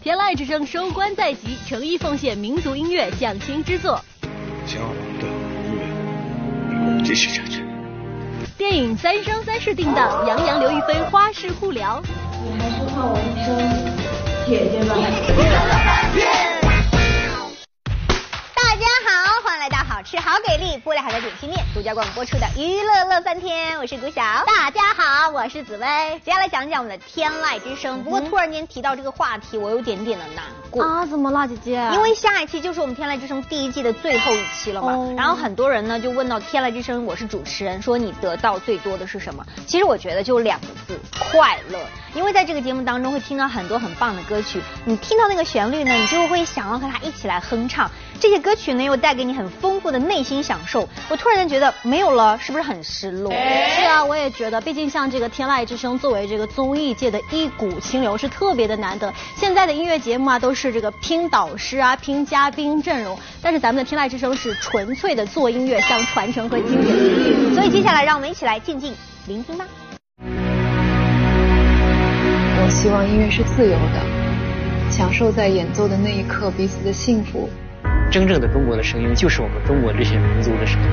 天籁之声收官在即，诚意奉献民族音乐匠心之作。 骄傲的音乐，与我继续下去。 电影《三生三世》定档，杨洋、刘亦菲花式互聊。 你还是换我一声姐姐吧。 大家好，欢迎来到好吃好给力玻璃海的点心面独家冠播出的娱乐乐翻天，我是谷晓。大家好，我是紫薇。接下来讲讲我们的天籁之声。不过突然间提到这个话题，我有点点的难过啊。怎么了，姐姐？ 因为下一期就是我们天籁之声第一季的最后一期了嘛。然后很多人呢就问到天籁之声，我是主持人，说你得到最多的是什么？其实我觉得就2个字，快乐。因为在这个节目当中会听到很多很棒的歌曲，你听到那个旋律呢，你就会想要和它一起来哼唱。这些歌曲呢又带给你很丰富的内心享受。我突然间觉得没有了，是不是很失落？ 是啊，我也觉得，毕竟像这个天籁之声作为这个综艺界的一股清流是特别的难得。现在的音乐节目啊都是这个拼导师啊、拼嘉宾阵容，但是咱们的天籁之声是纯粹的做音乐向传承和经典。 所以接下来让我们一起来静静聆听吧。 我希望音乐是自由的，享受在演奏的那一刻彼此的幸福。 真正的中国的声音就是我们中国这些民族的声音，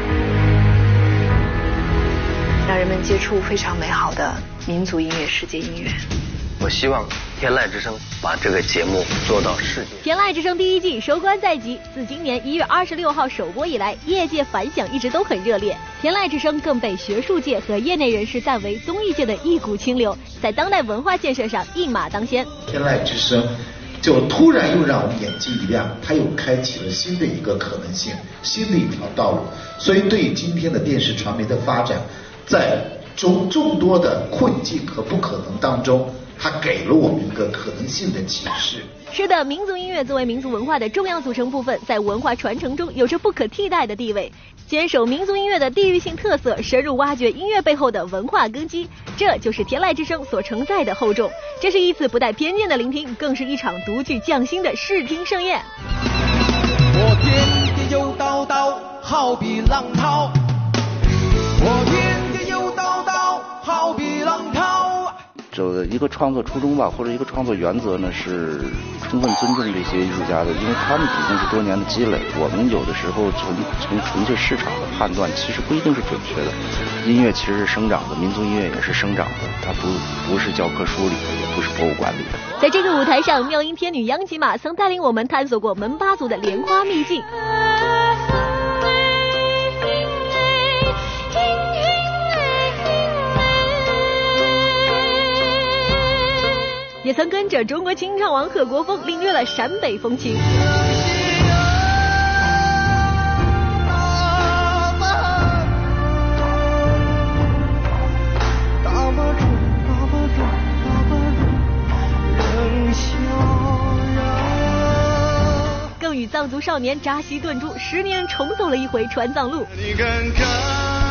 让人们接触非常美好的民族音乐、世界音乐。 我希望天籁之声把这个节目做到世界。 天籁之声第一季收官在即，自今年1月26号首播以来，业界反响一直都很热烈。天籁之声更被学术界和业内人士赞为综艺界的一股清流，在当代文化建设上一马当先。 天籁之声就突然又让我们眼睛一亮，它又开启了新的一个可能性，新的一条道路。所以对于今天的电视传媒的发展，在众多的困境和不可能当中，它给了我们一个可能性的启示。 是的，民族音乐作为民族文化的重要组成部分，在文化传承中有着不可替代的地位。坚守民族音乐的地域性特色，深入挖掘音乐背后的文化根基，这就是天籁之声所承载的厚重。这是一次不带偏见的聆听，更是一场独具匠心的视听盛宴。 我天天游叨叨，好比浪涛。我天天游叨叨，好比浪涛。 这个一个创作初衷吧，或者一个创作原则呢，是充分尊重这些艺术家的，因为他们毕竟是多年的积累。我们有的时候从纯粹市场的判断，其实不一定是准确的。音乐其实是生长的，民族音乐也是生长的，它不是教科书里的，也不是博物馆里的。 在这个舞台上，妙音天女央吉玛曾带领我们探索过门巴族的莲花秘境。也曾跟着中国清唱王贺国锋领略了陕北风情。更与藏族少年扎西顿珠10年重走了一回川藏路。 你看看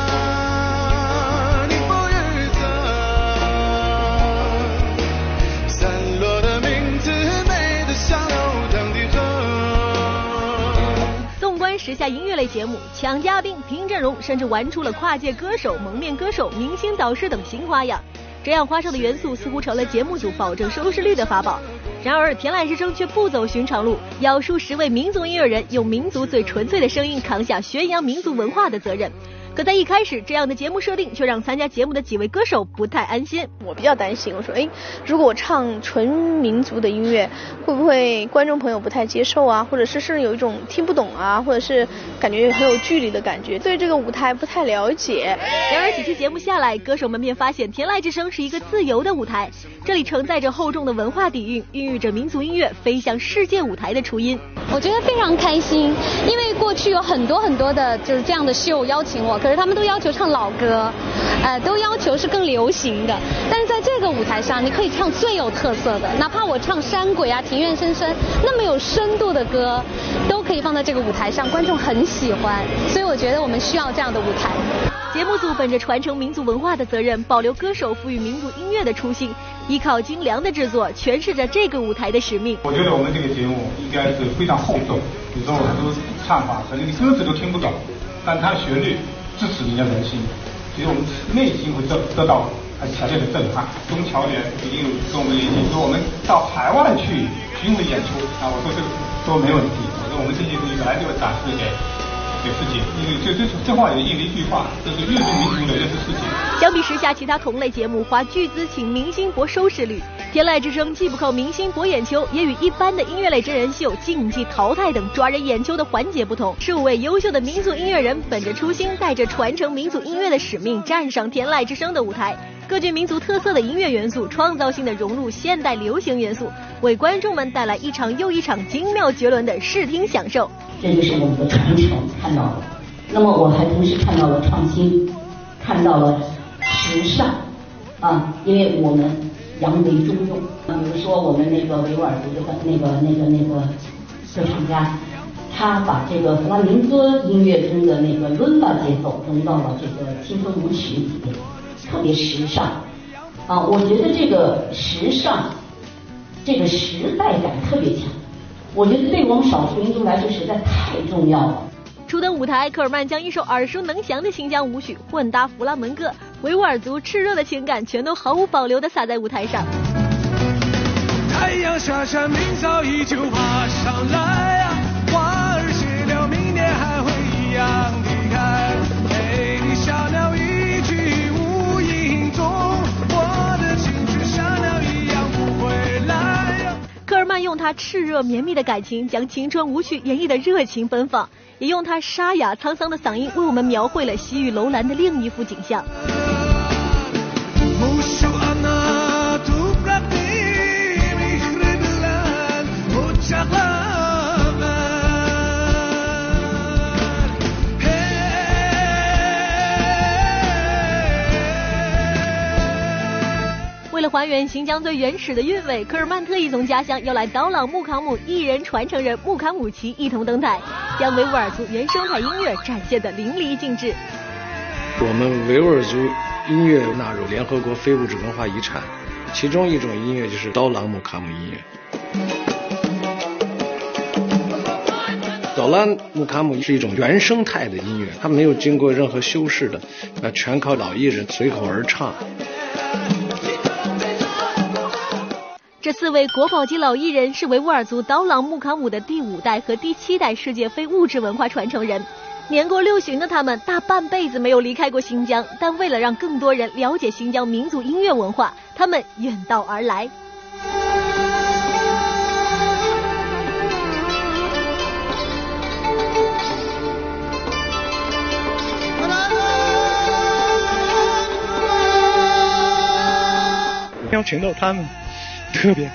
时下音乐类节目，抢嘉宾、拼阵容，甚至玩出了跨界歌手、蒙面歌手、明星导师等新花样。这样花哨的元素似乎成了节目组保证收视率的法宝。然而天籁之声却不走寻常路，要数10位民族音乐人用民族最纯粹的声音扛下宣扬民族文化的责任。可在一开始，这样的节目设定却让参加节目的几位歌手不太安心。 我比较担心，我说如果我唱纯民族的音乐，会不会观众朋友不太接受啊，或者是甚至有一种听不懂啊，或者是感觉很有距离的感觉，对这个舞台不太了解。 然而几期节目下来，歌手们便发现天籁之声是一个自由的舞台，这里承载着厚重的文化底蕴，孕育着民族音乐飞向世界舞台的雏音。 我觉得非常开心，因为过去有很多的就是这样的秀邀请我，可是他们都要求唱老歌，都要求是更流行的。但是在这个舞台上，你可以唱最有特色的，哪怕我唱山鬼啊、庭院深深那么有深度的歌，都可以放在这个舞台上，观众很喜欢。所以我觉得我们需要这样的舞台。 节目组本着传承民族文化的责任，保留歌手赋予民族音乐的初心，依靠精良的制作，诠释着这个舞台的使命。 我觉得我们这个节目应该是非常厚重，有时候很多唱法可能你歌词都听不懂，但它的旋律支持人家人心，其实我们内心会得到强烈的震撼。中侨联已经有跟我们联系，说我们到海外去巡回演出啊，我说这个都没问题，我说我们这些东西本来就要展示给世界，因为这话也印了一句话，这是越重民族的认识世界。 相比时下其他同类节目花巨资请明星博收视率，天籁之声既不靠明星博眼球，也与一般的音乐类真人秀、竞技淘汰等抓人眼球的环节不同。15位优秀的民族音乐人本着初心，带着传承民族音乐的使命，站上天籁之声的舞台，各具民族特色的音乐元素，创造性的融入现代流行元素，为观众们带来一场又一场精妙绝伦的视听享受。 这就是我们的传承看到了。那么我还同时看到了创新，看到了时尚啊，因为我们扬为中用。比如说我们那个维吾尔族的那个歌唱家，他把这个弗拉明戈音乐中的那个伦巴节奏融到了这个青春舞曲里面，特别时尚啊。我觉得这个时尚，这个时代感特别强。我觉得对我们少数民族来说实在太重要了。 初登舞台，科尔曼将一首耳熟能详的新疆舞曲混搭弗拉门戈，维吾尔族炽热的情感全都毫无保留地洒在舞台上。 太阳下山，明早依旧爬上来啊，花儿谢了，明年还会一样离开。陪你小鸟一去无影踪，我的青春像鸟一样不回来。 科尔曼用他炽热绵密的感情，将青春舞曲演绎的热情奔放，也用他沙哑沧桑的嗓音，为我们描绘了西域楼兰的另一幅景象。为了还原新疆最原始的韵味，科尔曼特意从家乡邀来刀郎木康姆艺人传承人木坎姆奇一同登台，将维吾尔族原生态音乐展现得淋漓尽致。 我们维吾尔族音乐纳入联合国非物质文化遗产，其中一种音乐就是刀郎木卡姆音乐。刀郎木卡姆是一种原生态的音乐，它没有经过任何修饰的，全靠老艺人随口而唱。 这4位国宝级老艺人是维吾尔族刀郎木康姆的第5代和第7代世界非物质文化传承人。年过60的他们大半辈子没有离开过新疆，但为了让更多人了解新疆民族音乐文化，他们远道而来。 邀请到他们特别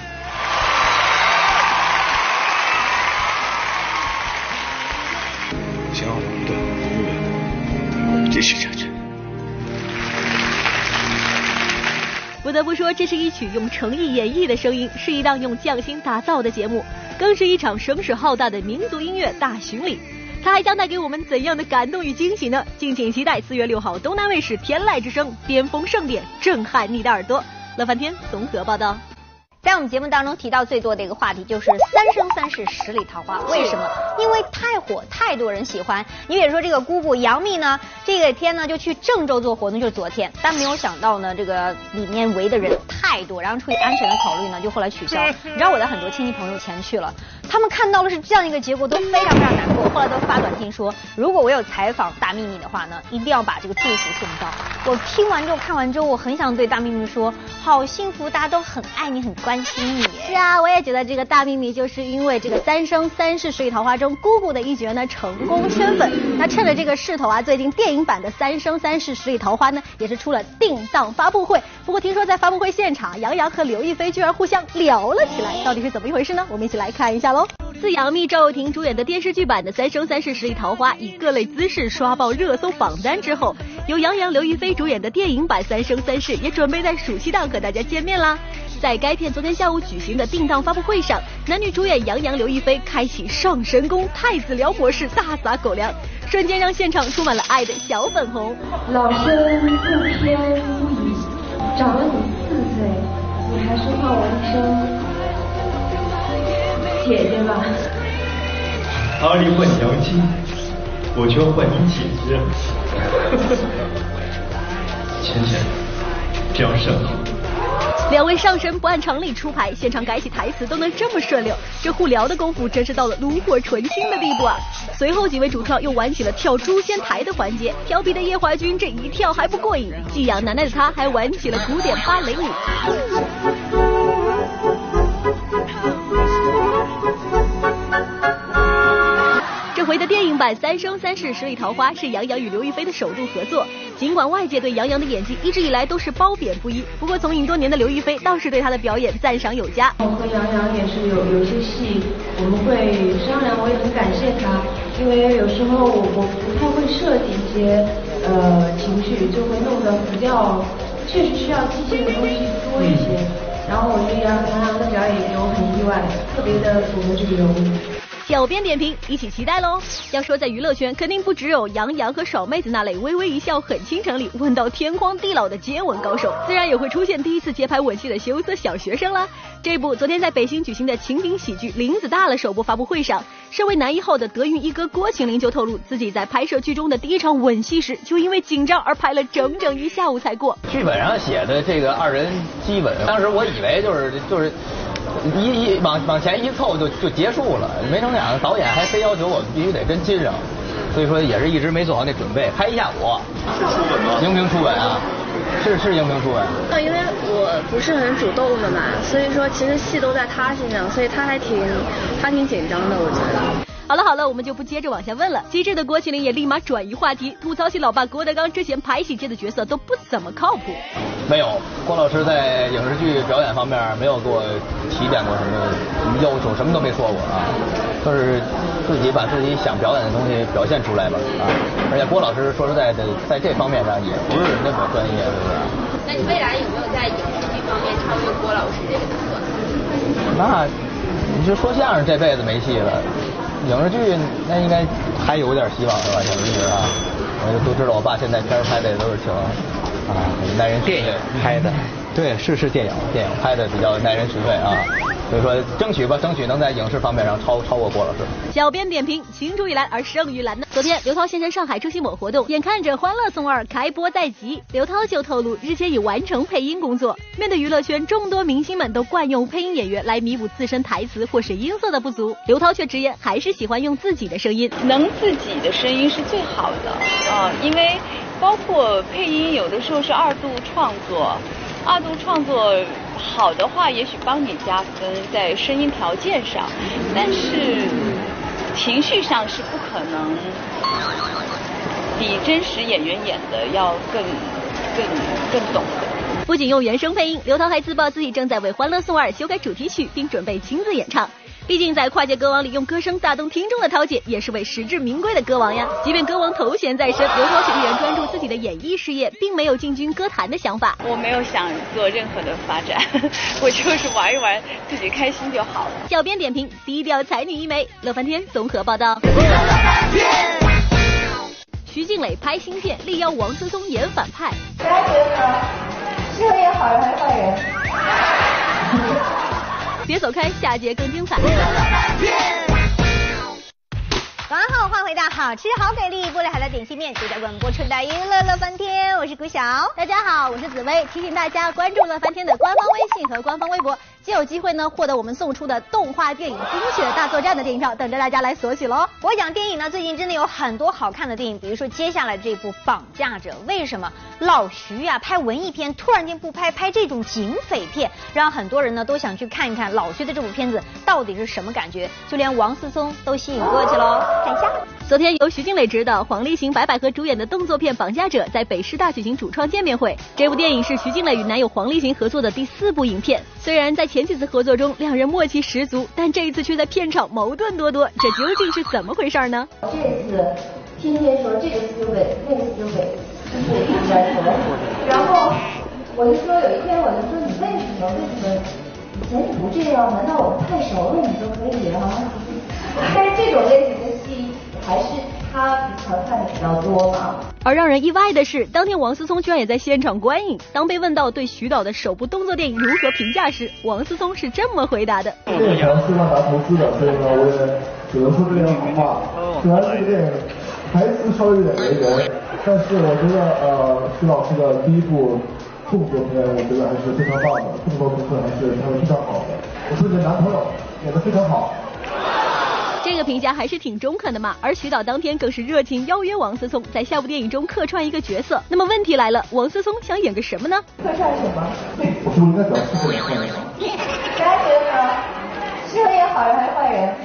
希望我们的音乐继续下去。 不得不说，这是一曲用诚意演绎的声音，是一档用匠心打造的节目，更是一场声势浩大的民族音乐大巡礼。它还将带给我们怎样的感动与惊喜呢？敬请期待4月6号东南卫视天籁之声巅峰盛典，震撼你的耳朵。乐翻天综合报道。 在我们节目当中提到最多的一个话题就是三生三世十里桃花，为什么？因为太火，太多人喜欢。你比如说这个姑姑杨幂呢，这个天呢就去郑州做活动，就是昨天，但没有想到呢，这个里面围的人太多，然后出于安全的考虑呢，就后来取消。你知道我的很多亲戚朋友前去了，他们看到了是这样一个结果，都非常非常难过，后来都发短信说，如果我有采访大幂幂的话呢，一定要把这个祝福送到。我听完之后看完之后，我很想对大幂幂说，好幸福，大家都很爱你，很关心你。 是啊，我也觉得这个大幂幂就是因为这个三生三世十里桃花中姑姑的一角呢成功圈粉。那趁着这个势头啊，最近电影版的三生三世十里桃花呢也是出了定档发布会。不过听说在发布会现场，杨洋和刘亦菲居然互相聊了起来，到底是怎么一回事呢？我们一起来看一下喽。自杨幂、赵又廷主演的电视剧版的《三生三世十里桃花》以各类姿势刷爆热搜榜单之后，由杨洋、刘亦菲主演的电影版《三生三世》也准备在暑期档和大家见面啦。在该片昨天下午举行的定档发布会上，男女主演杨洋、刘亦菲开启上神功太子寮模式，大撒狗粮，瞬间让现场充满了爱的小粉红。 老生不偏不倚，找了你4岁，你还是唤我一声姐姐吧。 阿里唤娘亲，我却唤你姐姐。浅浅， 这样甚好。 两位上神不按常理出牌，现场改起台词都能这么顺溜，这互聊的功夫真是到了炉火纯青的地步啊！随后几位主创又玩起了跳诛仙台的环节，调皮的叶华君这一跳还不过瘾，寄养奶奶的他还玩起了古典芭蕾舞。这回的电影版《三生三世十里桃花》是杨洋与刘亦菲的首度合作。尽管外界对杨洋的演技一直以来都是褒贬不一，不过从影多年的刘亦菲倒是对他的表演赞赏有加。 我和杨洋也是有些戏我们会商量，我也很感谢他，因为有时候我不太会设计一些情绪，就会弄得比较确实需要即兴的东西多一些。然后我觉得杨洋的表演给我很意外，特别的符合这个人物。 小编点评，一起期待喽！要说在娱乐圈，肯定不只有杨洋和爽妹子那类微微一笑很倾城里问到天荒地老的接吻高手，自然也会出现第一次节拍吻戏的羞涩小学生啦。这部昨天在北京举行的情景喜剧《林子大了》首播发布会上，身为男一号的德云一哥郭麒麟就透露，自己在拍摄剧中的第一场吻戏时，就因为紧张而拍了整整一下午才过。 剧本上写的这个二人激吻，当时我以为就是往前一凑就结束了，没成想导演还非要求我们必须得真亲上，所以说也是一直没做好那准备，拍一下午。是初吻吗？荧屏初吻啊，是荧屏初吻。 因为我不是很主动的嘛，所以说其实戏都在他身上，所以他挺紧张的，我觉得。 好了，我们就不接着往下问了。机智的郭麒麟也立马转移话题，吐槽起老爸郭德纲之前拍戏接的角色都不怎么靠谱。 没有，郭老师在影视剧表演方面没有给我提点过什么要求，什么都没说过啊，都是自己把自己想表演的东西表现出来吧啊。而且郭老师说实在的，在这方面上也不是那么专业，是不是？ 那你未来有没有在影视剧方面超越郭老师这个角色？ 那你就说相声这辈子没戏了。影视剧那应该还有点希望是吧？影视剧啊，我都知道我爸现在片儿拍的也都是挺耐人寻味。电影拍的，对，是电影拍的比较耐人寻味啊。所以说争取能在影视方面上超过郭老师。 小编点评：青出于蓝而胜于蓝呢。昨天刘涛现身上海出席某活动，眼看着《欢乐颂2》开播在即，刘涛就透露日前已完成配音工作。面对娱乐圈众多明星们都惯用配音演员来弥补自身台词或是音色的不足，刘涛却直言还是喜欢用自己的声音， 能自己的声音是最好的因为包括配音有的时候是二度创作好的话也许帮你加分在声音条件上，但是情绪上是不可能比真实演员演的要更懂的。 不仅用原声配音，刘涛还自曝自己正在为《欢乐颂2》修改主题曲，并准备亲自演唱。毕竟在跨界歌王里用歌声打动听众的涛姐也是位实至名归的歌王呀。即便歌王头衔在身，刘涛却依然专注自己的演艺事业，并没有进军歌坛的想法。 我没有想做任何的发展，我就是玩一玩，自己开心就好了。 小编点评：低调才女一枚。乐翻天综合报道。徐静蕾拍新片，力邀王思聪演反派。 大家觉得呢？是会演好人还是坏人？ 别走开，下节更精彩。 晚上好，欢迎回到好吃好给力玻璃海的点心面，就在广播出的娱乐翻天，我是古晓。 大家好，我是紫薇，提醒大家关注乐翻天的官方微信和官方微博，就有机会呢获得我们送出的动画电影精选大作战的电影票，等着大家来索取喽。 我讲电影呢，最近真的有很多好看的电影，比如说接下来这部《绑架者》，为什么老徐啊拍文艺片突然间不拍这种警匪片，让很多人呢都想去看一看老徐的这部片子到底是什么感觉，就连王思聪都吸引过去喽。看一下， 昨天由徐静蕾执导、黄立行、白百合主演的动作片《绑架者》在北师大举行主创见面会。这部电影是徐静蕾与男友黄立行合作的第4部影片。虽然在前几次合作中两人默契十足，但这一次却在片场矛盾多多，这究竟是怎么回事呢？ 这次天天说这个思维，那个思维，然后我就说有一天我就说你为什么以前你不这样？难道我们太熟了你就可以啊？但是这种类型的戏还是他平常看的比较多嘛。 而让人意外的是，当天王思聪居然也在现场观影。当被问到对徐导的首部动作电影如何评价时，王思聪是这么回答的： 这个可能是让他投资的，所以呢，我也只能说这样的话。虽然这个电影台词稍微有点雷人，但是我觉得徐老师的第一部动作片我觉得还是非常棒的，动作部分还是拍得非常好的。我说你的男朋友演得非常好。 这个评价还是挺中肯的嘛。而徐导当天更是热情邀约王思聪在下部电影中客串一个角色。那么问题来了，王思聪想演个什么呢？ 客串什么？ 我说应该找师傅来看一下。 大家觉得呢？适合演好人还是坏人？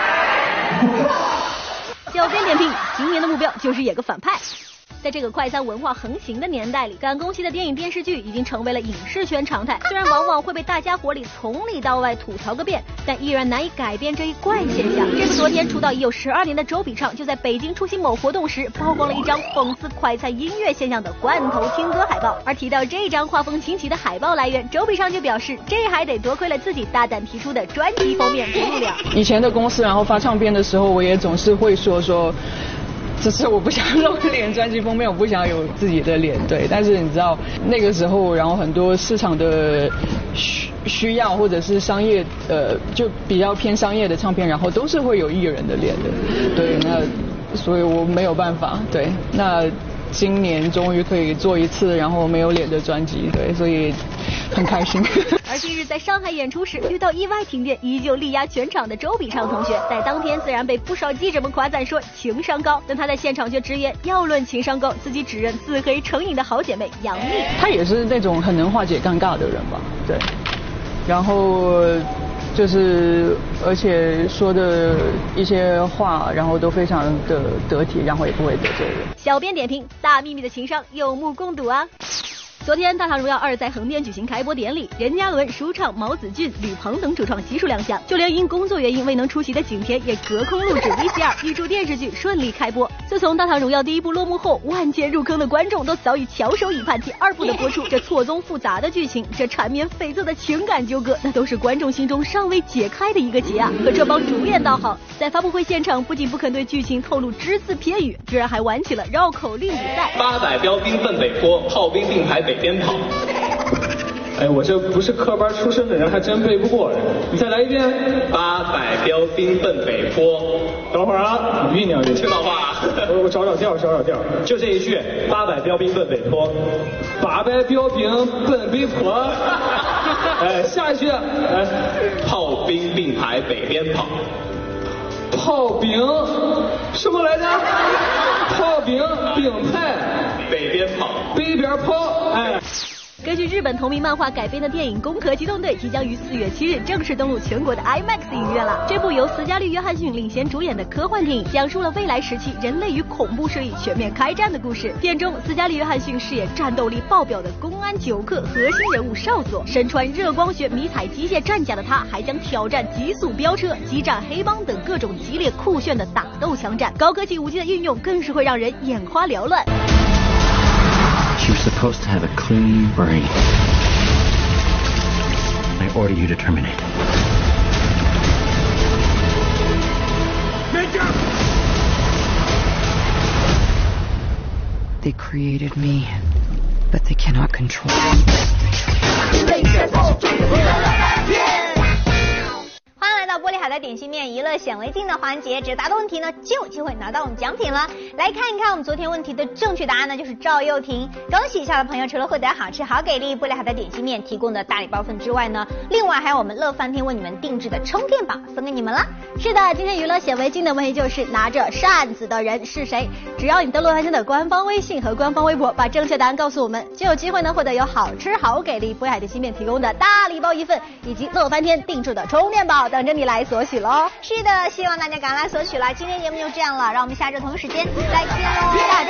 小编点评：今年的目标就是演个反派。在这个快餐文化横行的年代里，赶工期的电影电视剧已经成为了影视圈常态。虽然往往会被大家伙里从里到外吐槽个遍，但依然难以改变这一怪现象。这个昨天出道已有12年的周笔畅，就在北京出席某活动时，曝光了一张讽刺快餐音乐现象的罐头听歌海报。而提到这张画风清奇的海报来源，周笔畅就表示，这还得多亏了自己大胆提出的专辑封面不入了。 以前的公司，然后发唱片的时候，我也总是会说。只是我不想露脸，专辑封面我不想有自己的脸，对。但是你知道那个时候，然后很多市场的需要或者是商业就比较偏商业的唱片，然后都是会有艺人的脸的，对。那所以我没有办法，对。那今年终于可以做一次然后没有脸的专辑，对，所以很开心。 而近日在上海演出时遇到意外停电，依旧力压全场的周笔畅同学，在当天自然被不少记者们夸赞说情商高，但他在现场却直言，要论情商高，自己只认自黑成瘾的好姐妹杨幂。 她也是那种很能化解尴尬的人吧，对。然后就是而且说的一些话，然后都非常的得体，然后也不会得罪人。 小编点评：大幂幂的情商有目共睹啊。昨天《大唐荣耀2》在横店举行开播典礼，任嘉伦、舒畅、毛子俊、吕鹏等主创悉数亮相，就连因工作原因未能出席的景甜也隔空录制 VCR， 预祝电视剧顺利开播。自从《大唐荣耀》第1部落幕后，万千入坑的观众都早已翘首以盼第2部的播出。这错综复杂的剧情，这缠绵悱恻的情感纠葛，那都是观众心中尚未解开的一个结啊。可这帮主演倒好，在发布会现场不仅不肯对剧情透露只字片语，居然还玩起了绕口令比赛。 800标兵奔北坡，炮兵并排北边跑。哎，我这不是科班出身的人，还真背不过来。你再来一遍。800标兵奔北坡。等会儿啊，你酝酿酝酿。听到话。我找找调，就这一句：800标兵奔北坡，800标兵奔北坡。哎，下一句，哎，炮兵并排北边跑。炮兵什么来着？炮兵并排北边跑，北边跑。哎。 根据日本同名漫画改编的电影《攻壳机动队》即将于4月7日正式登陆全国的 IMAX 影院了。这部由斯嘉丽·约翰逊领衔主演的科幻电影，讲述了未来时期人类与恐怖势力全面开战的故事。片中，斯嘉丽·约翰逊饰演战斗力爆表的公安9课核心人物少佐，身穿热光学迷彩机械战甲的他，还将挑战极速飙车、激战黑帮等各种激烈酷炫的打斗枪战。高科技武器的运用更是会让人眼花缭乱。 You're supposed to have a clean brain. I order you to terminate. Major! They created me, but they cannot control me. 欢迎来到玻璃海的点心面娱乐显微镜的环节，只要答对问题呢，就有机会拿到我们奖品了。来看一看我们昨天问题的正确答案呢，就是赵又廷。恭喜一下的朋友，除了获得好吃好给力玻璃海的点心面提供的大礼包份之外呢，另外还有我们乐翻天为你们定制的充电宝送给你们了。是的，今天娱乐显微镜的问题就是拿着扇子的人是谁？只要你登录乐翻天的官方微信和官方微博，把正确答案告诉我们，就有机会呢获得有好吃好给力玻璃海点心面提供的大礼包1份，以及乐翻天定制的充电宝等着你来索取喽。是的，希望大家赶快来索取了。今天节目就这样了，让我们下周同一时间再见喽。